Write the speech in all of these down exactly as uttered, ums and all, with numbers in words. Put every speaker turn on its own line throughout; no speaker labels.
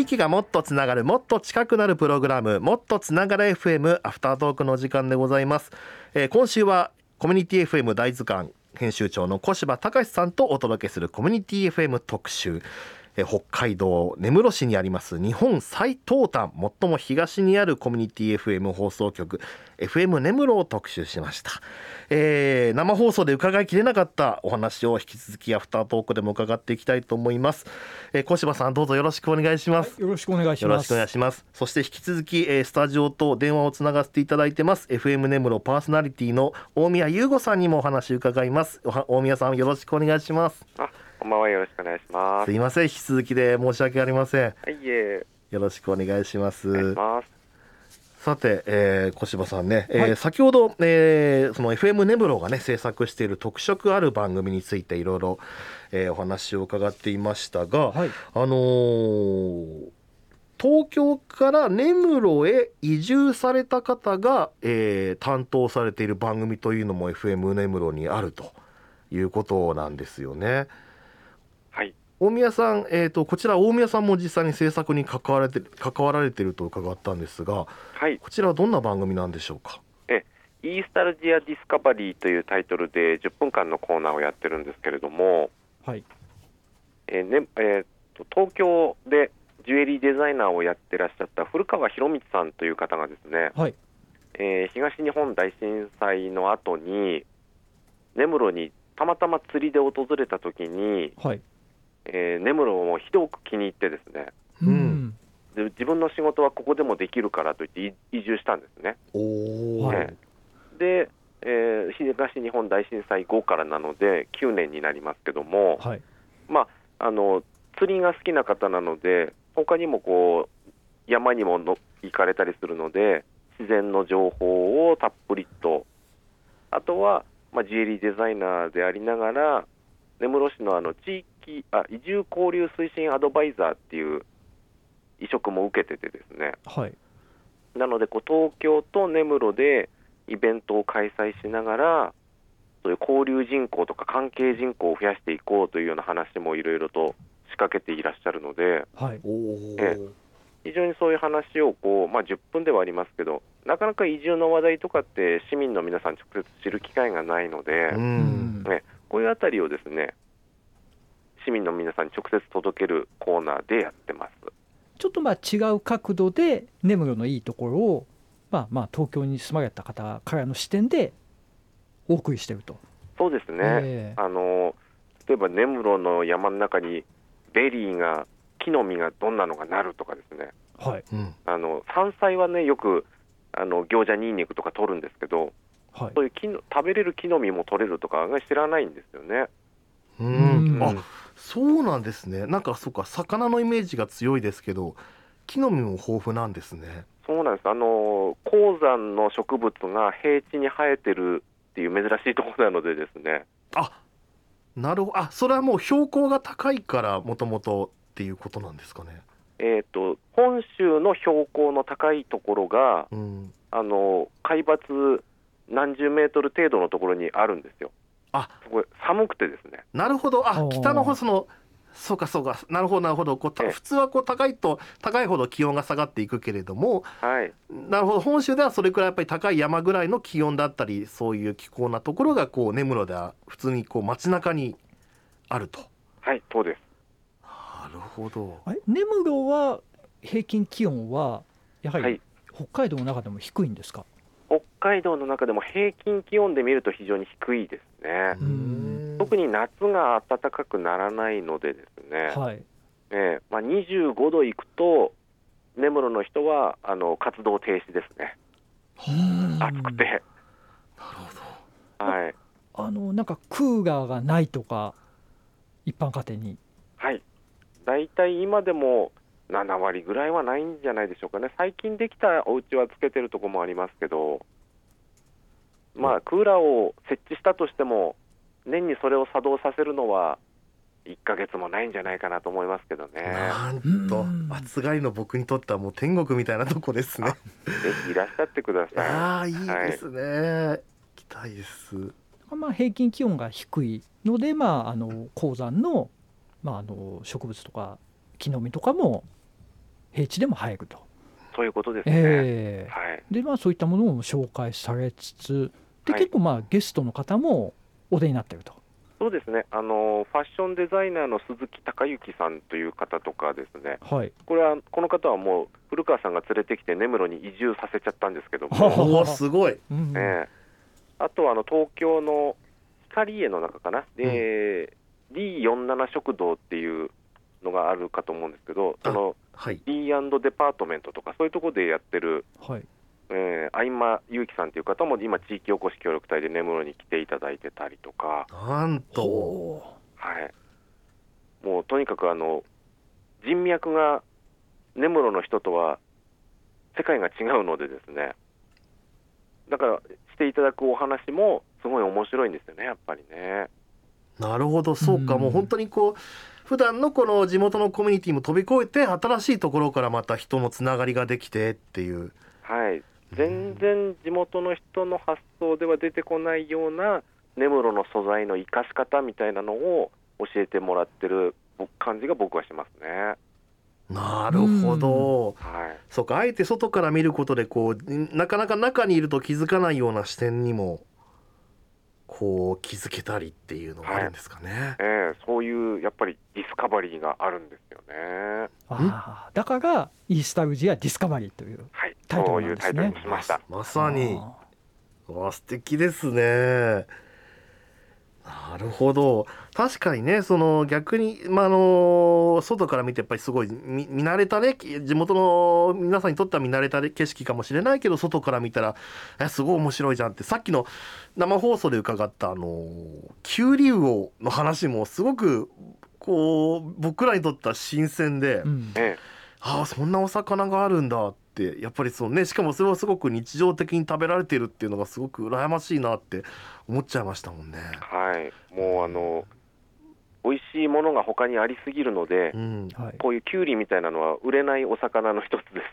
域がもっとつながる、もっと近くなるプログラム、もっとつながる エフエム アフタートークの時間でございます。えー、今週はコミュニティ エフエム 大図鑑編集長の小柴隆さんとお届けするコミュニティ エフエム 特集。え北海道根室市にあります日本最東端、最も東にあるコミュニティ エフエム 放送局 エフエム 根室を特集しました。えー、生放送で伺いきれなかったお話を引き続きアフタートークでも伺っていきたいと思います。えー、小柴さん、どうぞよろしくお願いします。
はい、よろしくお願いします。
よろしくお願いします。そして引き続き、えー、スタジオと電話をつながせていただいてます エフエム 根室パーソナリティの大宮優吾さんにもお話を伺います。大宮さん、よろしくお願いします。
あ、こんばんは、よろしくお願いします。
すいません、引き続きで申し訳ありません。
はい、いえ、
よろしくお願いします。
お願いします。
さて、えー、小柴さんね、えー
はい、
先ほど、えー、その エフエム 根室がね制作している特色ある番組についていろいろ、えー、お話を伺っていましたが、
はい、
あのー、東京から根室へ移住された方が、えー、担当されている番組というのも エフエム 根室にあるということなんですよね。
はい、
大宮さん、えーと、こちら大宮さんも実際に制作に関わられて、関わられていると伺ったんですが、
はい、
こちらはどんな番組なんでしょうか。
えイースタルジアディスカバリーというタイトルでじゅっぷんかんのコーナーをやってるんですけれども、
はい、
えーねえー、と東京でジュエリーデザイナーをやってらっしゃった古川博光さんという方がですね、
はい、
えー東日本大震災の後に根室にたまたま釣りで訪れた時に、
はい、
えー根室をひどく気に入ってですね、
うん、
で自分の仕事はここでもできるからといって移住したんですね。
おー、
はい
えーで、えー東日本大震災後からなのできゅうねんになりますけども、
はい、
まあ、あの釣りが好きな方なので他にもこう山にもの行かれたりするので自然の情報をたっぷりと、あとは、まあ、ジュエリーデザイナーでありながら根室市のあの地域あ移住交流推進アドバイザーっていう委嘱も受けててですね、
はい、
なのでこう東京と根室でイベントを開催しながらそういう交流人口とか関係人口を増やしていこうというような話もいろいろと仕掛けていらっしゃるので、
はい、
おー、
え非常にそういう話をこう、まあ、じゅっぷんではありますけど、なかなか移住の話題とかって市民の皆さん直接知る機会がないので、
う
うんん、
ね、こういうあたりをですね市民の皆さんに直接届けるコーナーでやってます。
ちょっとまあ違う角度で根室のいいところを、まあ、まあ東京に住まれた方からの視点でお送りしてると。
そうですね、
えー
あの例えば根室の山の中にベリーが木の実がどんなのがなるとかですね、
はい、
うん、
あの山菜はねよくあの行者ニンニクとか取るんですけど、
はい、
そういう木の食べれる木の実も取れるとかが知らないんですよね。
う
うん
ん、あ、そうなんですね。なんかそうか、魚のイメージが強いですけど木の実も豊富なんですね。
そうなんです。あの高山の植物が平地に生えてるっていう珍しいところなのでですね、
あ、なるほど。あ、それはもう標高が高いからもともとっていうことなんですかね。
えーと、本州の標高の高いところが
うん、
あの海抜何十メートル程度のところにあるんですよ。
あ、
そこ寒くてですね、
なるほど。あ、
おー
北の方、そのそうかそうか、なるほどなるほど。こうた
ええ
普通はこう高いと高いほど気温が下がっていくけれども、
はい、
なるほど、本州ではそれくらいやっぱり高い山ぐらいの気温だったりそういう気候なところがこう根室では普通にこう街中にあると。
はい、そうです。
なるほど。
あれ根室は平均気温はやはり
はい、
北海道の中でも低いんですか。
北海道の中でも平均気温で見ると非常に低いですね。
ん
特に夏が暖かくならないのでですね、
はい、
えーまあ、にじゅうごどいくと根室の人はあの活動停止ですね。
うん
暑くて、
なるほ
はい、
あのなんかクーラーがないとか一般家庭に。
はい、だいたい今でもななわりぐらいはないんじゃないでしょうかね。最近できたお家はつけてるところもありますけど、まあクーラーを設置したとしても年にそれを作動させるのはいっかげつもないんじゃないかなと思いますけどね。
なんと
うん
暑がりの僕にとってはもう天国みたいなとこですね。
ぜひいらっしゃってください。
ああ、いいですね、行きたいです。
まあ、平均気温が低いので、まあ、あの高山の、まあ、あの植物とか木の実とかも平地でも生えると、
そういうことですね、
えー
はい、
でまあ、そういったものも紹介されつつで、
はい
結構まあゲストの方もお出になってると。
そうですね、あのファッションデザイナーの鈴木孝之さんという方とかですね、
はい、
これはこの方はもう古川さんが連れてきて根室に移住させちゃったんですけど
はは
も、
おーすごい。
うんうん
ええあとはあの東京の光家の中かなで、ディーよんじゅうなな 食堂っていうのがあるかと思うんですけど、その
はい
ディー デパートメントとかそういうところでやってる、
はい
えー、相間祐樹さんという方も今地域おこし協力隊で根室に来ていただいてたりとか、
なんと
ほ
はい、もうとにかくあの人脈が根室の人とは世界が違うのでですね、だからしていただくお話もすごい面白いんですよね、やっぱりね。
なるほど、そうか、
うん
もう本当にこう普段のこの地元のコミュニティも飛び越えて新しいところからまた人のつながりができてっていう。
はい、全然地元の人の発想では出てこないような根室の素材の生かし方みたいなのを教えてもらってる感じが僕はしますね。
なるほど、
はい、
そうか、あえて外から見ることでこうなかなか中にいると気づかないような視点にもこう気づけたりっていうのがあるんですかね、
えーそういうやっぱりディスカバリーがあるんですよね。
あーだからイースタルジア・ディスカバリーという
はい、
タイト
そう
ルないんですね
うタイトルにしました。
まさに
あ
わあ素敵ですね。なるほど、確かにね、その逆に、まあ、あの外から見てやっぱりすごい見、見慣れたね、地元の皆さんにとっては見慣れた景色かもしれないけど、外から見たらえすごい面白いじゃんって、さっきの生放送で伺ったあのキュウリウオの話もすごくこう僕らにとっては新鮮で、
ーうん
え
ああそんなお魚があるんだってやっぱりそうね、しかもそれをすごく日常的に食べられているっていうのがすごく羨ましいなって思っちゃいましたもんね。
ーはい、もうあの美味しいものが他にありすぎるので、
うん、
はい
こういうキュウリみたいなのは売れないお魚の一つです。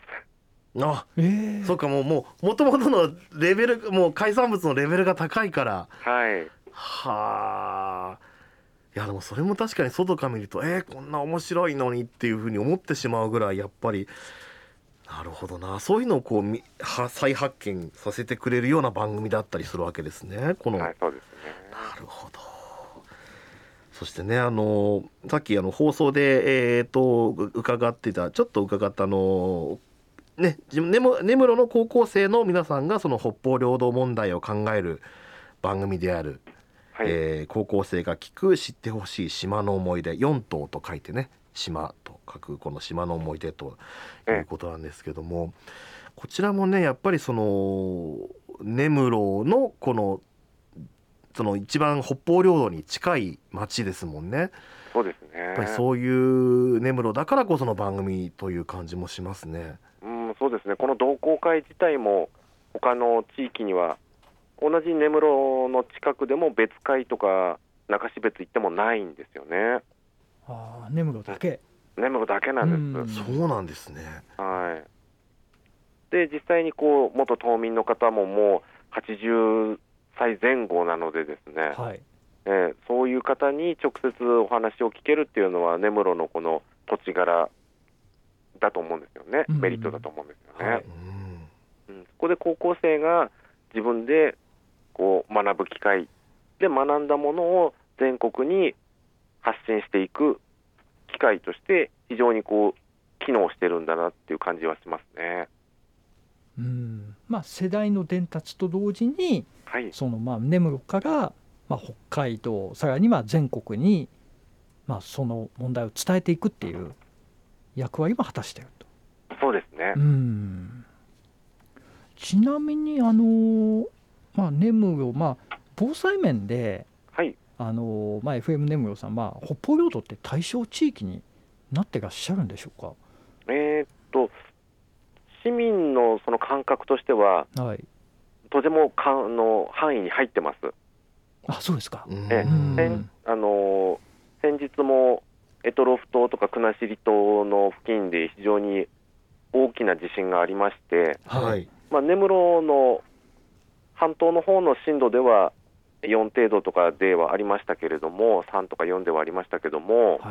あ
えー
そうか、もうもう元々のレベルもう海産物のレベルが高いから
はい、
はあ、いやでもそれも確かに外から見るとえー、こんな面白いのにっていうふうに思ってしまうぐらいやっぱりなるほどな、そういうのをこうみは再発見させてくれるような番組だったりするわけですね、この、
はい、そうですね。
なるほど。そしてね、あのさっきあの放送で、えー、と伺ってたちょっと伺ったあのね、根室根室の高校生の皆さんがその北方領土問題を考える番組である、
はい、
えー高校生が聞く知ってほしい島の思い出、よん島と書いてね島と書くこの島の思い出ということなんですけども、こちらもねやっぱりその根室のこのその一番北方領土に近い町ですもんね。
そうですね。
やっぱりそういう根室だからこその番組という感じもしますね。
うん、そうですね。この同好会自体も他の地域には同じ根室の近くでも別会とか中標津行ってもないんですよね。
あー根室だけ
根室だけなんです。
そうなんですね。
はい。で実際にこう元島民の方ももうはちじゅっさいぜん後なのでですね、
はい
えーそういう方に直接お話を聞けるっていうのは根室のこの土地柄だと思うんですよね、
うん
メリットだと思うんですよね、
はい
うん
うん、そこで高校生が自分でこう学ぶ機会で学んだものを全国に発信していく機会として非常にこう機能してるんだなっていう感じはしますね。
うんまあ、世代の伝達と同時に
はい、
そのまあ根室から、まあ、北海道さらにまあ全国に、まあ、その問題を伝えていくっていう役割も果たしていると。
そうですね、
うんちなみにあの、まあ、根室、まあ、防災面で
はい、
あの、まあ、エフエム 根室さん、まあ、北方領土って対象地域になってらっしゃるんでしょうか。
えーっと市民のその感覚としては
はい、
とてもかあの範囲に入ってます。
あそうですか。
うん
え
うん
先あの先日も択捉島とか国後島の付近で非常に大きな地震がありまして、
はい
まあ、根室の半島の方の震度ではよん程度とかではありましたけれども、さんとかよんではありましたけども、
はい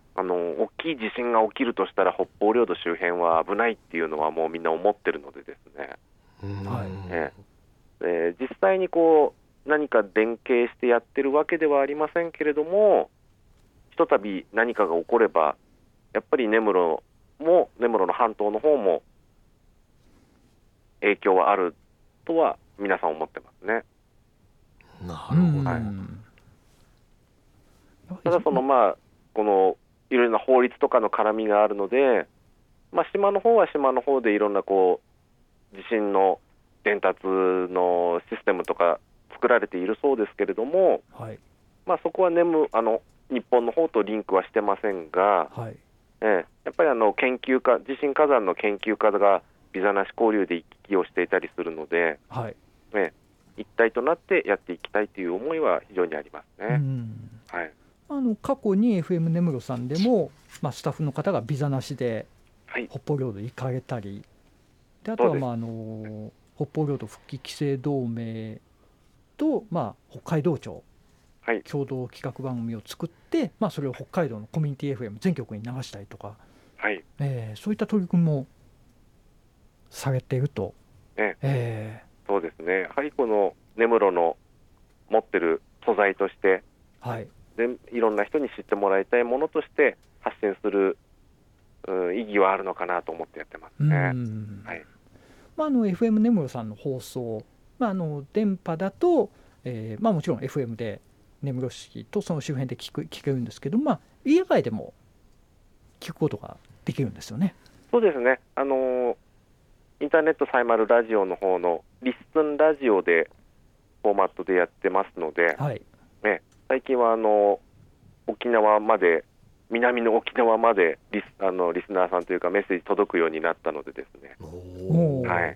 あの大きい地震が起きるとしたら北方領土周辺は危ないっていうのはもうみんな思ってるのでですね、
はい
ええ、実際にこう何か連携してやってるわけではありませんけれども、ひとたび何かが起こればやっぱり根室も根室の半島の方も影響はあるとは皆さん思ってますね。
なるほど、
はい
うん
ただそのまあこのいろいろな法律とかの絡みがあるので、まあ、島の方は島の方でいろんなこう地震の伝達のシステムとか作られているそうですけれども、
はい
まあ、そこは、ね、あの日本の方とリンクはしてませんが、
はい
ええ、やっぱりあの研究家地震火山の研究家がビザなし交流で行き来をしていたりするので、
はい
ええ、一体となってやっていきたいという思いは非常にあります
う
ね。
ん
はい、
あの過去に エフエム 根室さんでも、まあ、スタッフの方がビザなしで
はい、
北方領土行かれたりで、あとは、
そうです
まあ、あの北方領土復帰規制同盟と、まあ、北海道庁
はい、
共同企画番組を作って、まあ、それを北海道のコミュニティ エフエム 全局に流したりとか、
はい、
えーそういった取り組みもされていると、
え
え
そうですね。やはりこの根室の持ってる素材として
ーはい
でいろんな人に知ってもらいたいものとして発信する、うん、意義はあるのかなと思ってやってます
う
ね。
ん
はい、
まあ、あの エフエム 根室さんの放送、まあ、あの電波だと、えーまあ、もちろん エフエム で根室市とその周辺で聞く聞けるんですけど、まあ、家外でも聞くことができるんですよね。
そうですね。あのーインターネットサイマルラジオの方のリッスンラジオでフォーマットでやってますので、
はい
ね、最近はあの沖縄まで南の沖縄までリスあのリスナーさんというかメッセージ届くようになったのでですね、
おー
はい、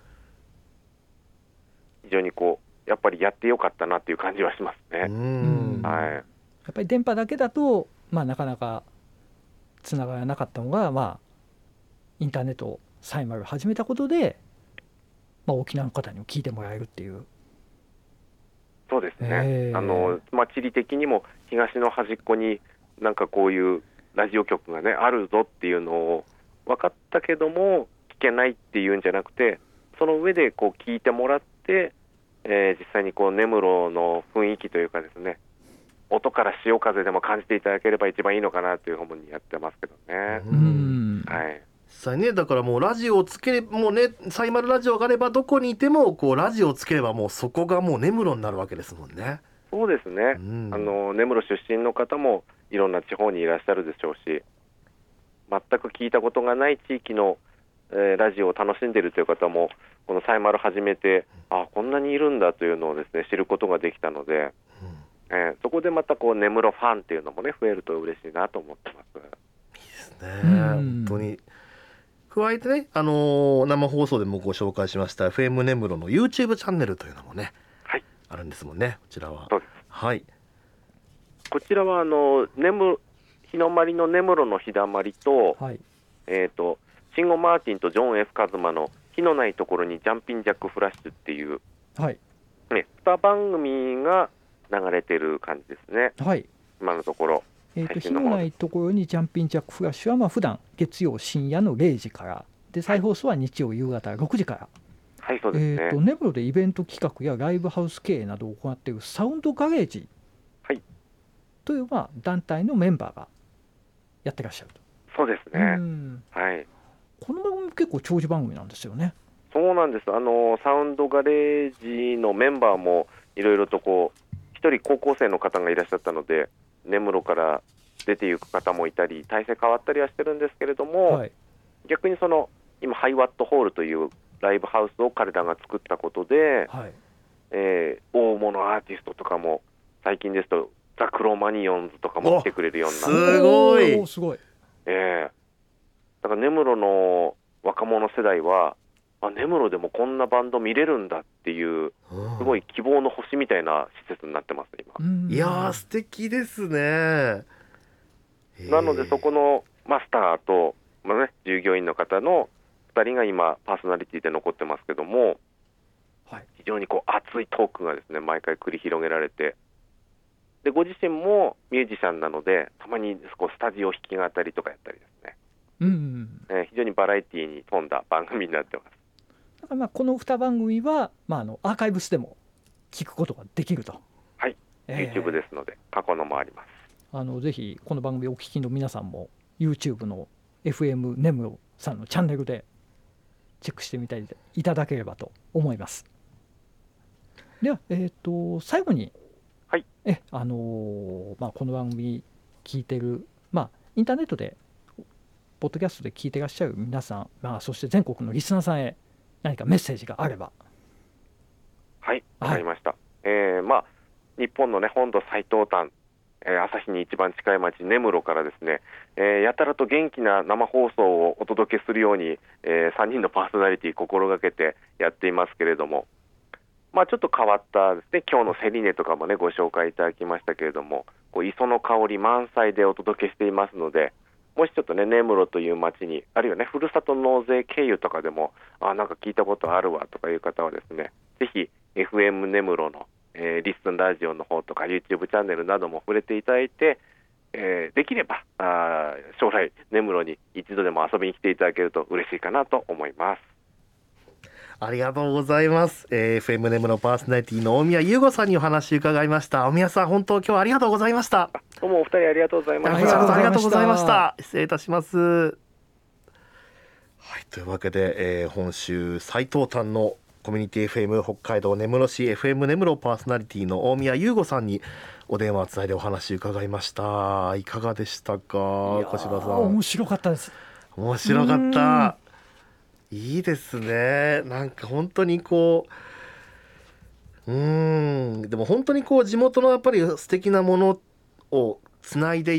非常にこうやっぱりやってよかったなっていう感じはしますね。
うん
はい、
やっぱり電波だけだと、まあ、なかなかつながらなかったのが、まあ、インターネットサイマル始めたことで、まあ、沖縄の方にも聞いてもらえるっていう。
そうですね、
えー
あのまあ、地理的にも東の端っこになんかこういうラジオ局が、ね、あるぞっていうのを分かったけども聞けないっていうんじゃなくて、その上でこう聞いてもらって、えー実際にこう根室の雰囲気というかですね、音から潮風でも感じていただければ一番いいのかなというふうにやってますけどね。
う、ん
はい
実際ね、だからもうラジオをつければもうね、サイマルラジオがあればどこにいてもこうラジオをつければもうそこがもう根室になるわけですもんね。
そうですね、
うん
あの根室出身の方もいろんな地方にいらっしゃるでしょうし、全く聞いたことがない地域の、えーラジオを楽しんでいるという方もこのサイマル始めて、あこんなにいるんだというのをですね知ることができたので、えーそこでまたこう根室ファンっていうのもね増えると嬉しいなと思ってます。
ね、
うん
本当に加えてね、あのー生放送でもご紹介しました エフエム 根室の YouTube チャンネルというのもね、
はい、
あるんですもんね、こちらは。
そうです。
はい。
こちらはあの根室日の丸の根室の日だまりと、
はい
えー、とシンゴ・マーティンとジョン・ F ・カズマの火のないところにジャンピンジャック・フラッシュっていう、
はい
ね、に番組が流れてる感じですね、
はい
今のところ。
えー、と火
最新のもの
のないところにジャンピンジャックフラッシュは、まあ普段月曜深夜のれいじからで、再放送は日曜夕方ろくじから、
はい、そうですね。
えー、と根室でイベント企画やライブハウス経営などを行っているサウンドガレージ
はい
という、まあ、団体のメンバーがやってらっしゃると。
そうですね、
うん
はい、
この番組結構長寿番組なんですよね。
そうなんです。あのサウンドガレージのメンバーもいろいろとこう一人高校生の方がいらっしゃったので、根室から出ていく方もいたり体制変わったりはしてるんですけれども、
はい
逆にその今ハイワットホールというライブハウスを彼らが作ったことで、
はい
えー大物アーティストとかも最近ですとザ・クロマニヨンズとかも来てくれるようになって、
すごい
おーすごい
えーだから根室の若者世代はあ根室でもこんなバンド見れるんだっていうすごい希望の星みたいな施設になってます今。
うん
いやー素敵ですね。
なのでそこのマスターと、まあね、従業員の方のふたりが今パーソナリティで残ってますけども、
はい
非常にこう熱いトークがですね毎回繰り広げられて、 でご自身もミュージシャンなので、たまにこうスタジオ弾き語りとかやったりですね、
うんうん
えー非常にバラエティーに富んだ番組になってます。
だからまあこのに番組は、まあ、あのアーカイブスでも聞くことができると。
はい、
えー
YouTube ですので過去のもあります。
あのぜひこの番組をお聞きの皆さんも YouTube の エフエム ネムロさんのチャンネルでチェックしてみていただければと思います。では、えー、と最後に、
はい、
えあのーまあ、この番組聞いてる、まあ、インターネットでポッドキャストで聞いてらっしゃる皆さん、まあ、そして全国のリスナーさんへ何かメッセージがあれば。
はい、わ
はい
かりました。えーまあ、日本の、ね、本土最東端、えー朝日に一番近い町根室からですね、えーやたらと元気な生放送をお届けするように、えーさんにんのパーソナリティ心がけてやっていますけれども、まあ、ちょっと変わったですね、今日のセリネとかもねご紹介いただきましたけれども、こう磯の香り満載でお届けしていますので、もしちょっとね根室という町に、あるいはねふるさと納税経由とかでもあなんか聞いたことあるわとかいう方はですね、ぜひ エフエム 根室の、えーリッスンラジオの方とか YouTube チャンネルなども触れていただいて、えーできればあー将来根室に一度でも遊びに来ていただけると嬉しいかなと思います。
ありがとうございます、えー、エフエム ネムのパーソナリティの大宮優吾さんにお話伺いました。大宮さん、本当今日はありがとうございました。
どうもお二人ありがとうございま
こち
した。
らこそありがとうございました。失礼いたします。はい、というわけで、えー、本州最東端のコミュニティ エフエム 北海道根室市 エフエム 根室パーソナリティの大宮優吾さんにお電話をつないでお話伺いました。いかがでしたか、小柴さん。
面白かったです。
面白かった。いいですね。なんか本当にこううーんでも本当にこう地元のやっぱり素敵なものをつないでいって、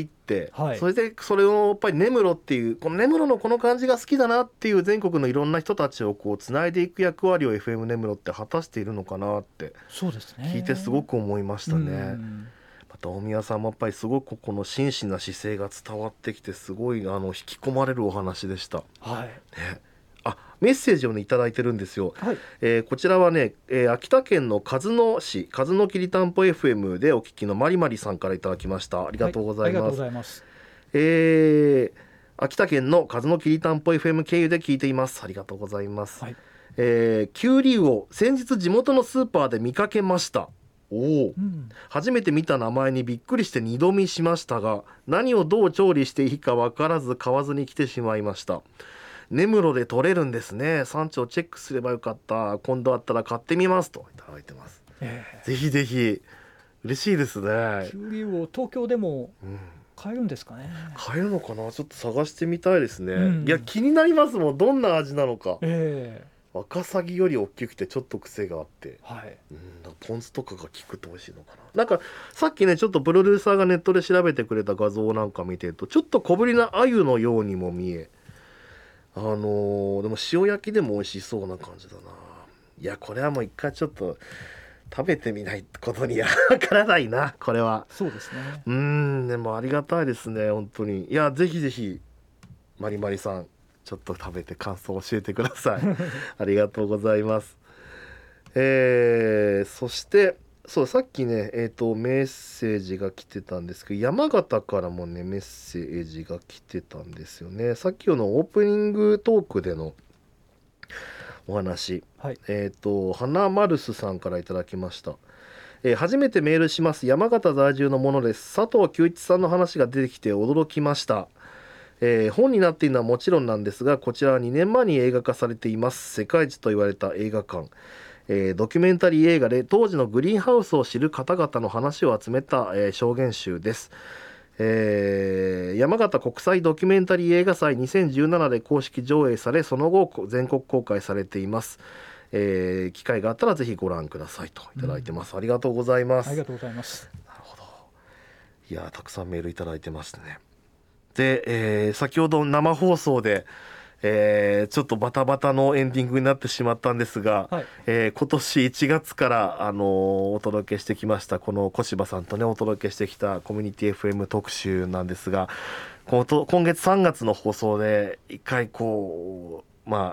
はい、
それでそれをやっぱり根室っていうこの根室のこの感じが好きだなっていう全国のいろんな人たちをこうつないでいく役割を エフエム 根室って果たしているのかなって
そうですね、
聞いてすごく思いましたね。
うん
また大宮さんもやっぱりすごくこの真摯な姿勢が伝わってきてすごいあの引き込まれるお話でした。
はい
ね、あメッセージをねいただいてるんですよ。
はい、
えーこちらはね、えー秋田県の鹿角市鹿角きりたんぽ エフエム でお聞きのまりまりさんからいただきました。ありがとうございます。
はい、ありがとうございます。
えー秋田県の鹿角きりたんぽ エフエム 経由で聞いています。ありがとうございます。
はい、
えー、キュウリウオ先日地元のスーパーで見かけました。おお、
うん、
初めて見た名前にびっくりして二度見しましたが、何をどう調理していいか分からず買わずに来てしまいました。根室で取れるんですね。産地をチェックすればよかった。今度あったら買ってみますといただいてます。
え
ぜひぜひ嬉しいですね。
ー、キュウリを東京でも
うん
買えるんですかね。
買えるのかな、ちょっと探してみたいですね、
うん、
いや気になりますもん、どんな味なのか。
え
ワカサギより大きくてちょっと癖があって、
ー、はい、
うん、なんかポン酢とかが効くと美味しいのかな。なんかさっきねちょっとプロデューサーがネットで調べてくれた画像なんか見てるとちょっと小ぶりな鮎のようにも見え、あのーでも塩焼きでも美味しそうな感じだな。いやこれはもう一回ちょっと食べてみないことにはわからないなこれは。
そうですね。
うーんでもありがたいですね本当に。いやぜひぜひまりまりさんちょっと食べて感想を教えてくださいありがとうございます。えー、そしてそうさっきね、えーと、メッセージが来てたんですけど山形からもねメッセージが来てたんですよね。さっきのオープニングトークでのお話、
はい、
えーと花マルスさんからいただきました。えー初めてメールします。山形在住のものです。佐藤久一さんの話が出てきて驚きました。えー本になっているのはもちろんなんですが、こちらはにねんまえに映画化されています。世界一と言われた映画館、えードキュメンタリー映画で当時のグリーンハウスを知る方々の話を集めた、えー証言集です。えー山形国際ドキュメンタリー映画祭にせんじゅうななで公式上映され、その後全国公開されています。えー機会があったらぜひご覧くださいといただいてます、うん、ありがとうございます。
ありがとうございます。
なるほど。いやたくさんメールいただいてますね。で、えー先ほど生放送で、えーちょっとバタバタのエンディングになってしまったんですが、
はい、
えー今年いちがつから、あのーお届けしてきましたこの小柴さんとねお届けしてきたコミュニティ エフエム 特集なんですが、このと今月さんがつの放送で一回こうまあ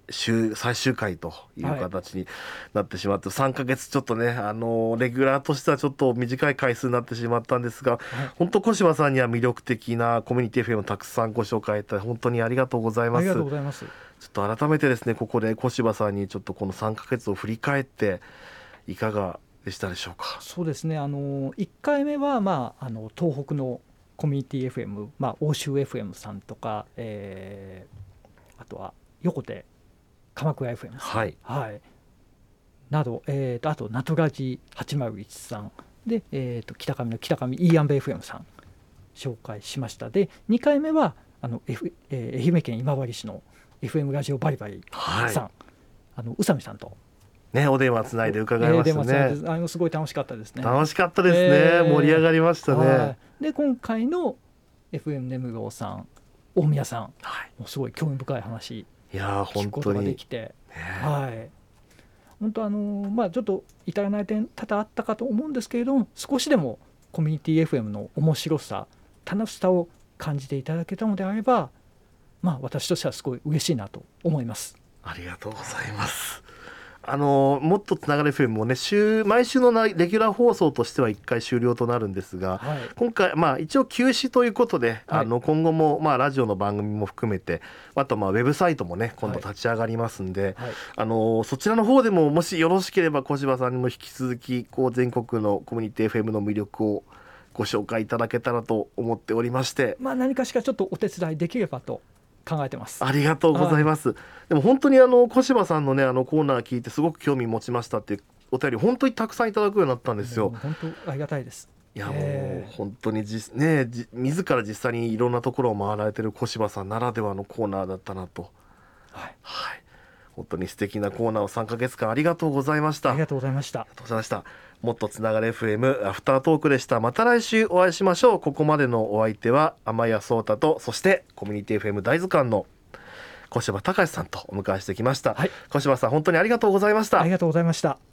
週最終回という形になってしまって、はい、さんかげつちょっとねあのレギュラーとしてはちょっと短い回数になってしまったんですが、はい、本当小柴さんには魅力的なコミュニティ エフエム をたくさんご紹介いただき本当にありがとうございます。
ありがとうございます。
ちょっと改めてですねここで小柴さんにちょっとこのさんかげつを振り返っていかがでしたでしょうか。
そうですね、あのいっかいめは、まあ、あの東北のコミュニティ エフエム、まあ、欧州 エフエム さんとか、えー、あとは横手鎌倉 エフエム さん、
はい
はい、など、えー、とあとナトラジはちまるいちさんで、えー、と北上の北上イーアンベ エフエム さん紹介しました。でにかいめはあの、F えー、愛媛県今治市の エフエム ラジオバリバリさん、はい、あの宇佐美さんと
ね、お電話つないで伺いましたね、
えー、あのすごい楽しかったですね。
楽しかったですね、えー、盛り上がりましたね、
はい、で今回の エフエム 根室さん大宮さん、はい、もうすごい興味深い話聞くことができて、はい、本当あのー、まあちょっと至らない点多々あったかと思うんですけれども、少しでもコミュニティ エフエム の面白さ楽しさを感じていただけたのであれば、まあ私としてはすごい嬉しいなと思います。
ありがとうございます。あのもっとつながる エフエム もね週毎週のレギュラー放送としてはいっかい終了となるんですが、はい、今回まあ一応休止ということで、はい、あの今後もまあラジオの番組も含めてあとまあウェブサイトもね今度立ち上がりますんで、はいはい、あのそちらの方でももしよろしければ小柴さんにも引き続きこう全国のコミュニティ エフエム の魅力をご紹介いただけたらと思っておりまして、
まあ、何かしらちょっとお手伝いできればと考えてます。
ありがとうございます、はい、でも本当にあの小柴さんのねあのコーナー聞いてすごく興味持ちましたっていうお便り本当にたくさんいただくようになったんですよ。
本当ありがたいです。
いやもう本当にじ、ね、じ自ら実際にいろんなところを回られてる小柴さんならではのコーナーだったなと、はいはい、本当に素敵なコーナーをさんかげつかんありがとうございました。
ありがとうございました。
ありがとうございました。もっとつながる エフエム アフタートークでした。また来週お会いしましょう。ここまでのお相手は天谷壮太とそしてコミュニティ エフエム 大図鑑の小柴隆さんとお迎えしてきました、はい、小柴さん本当にありがとうございました。
ありがとうございました。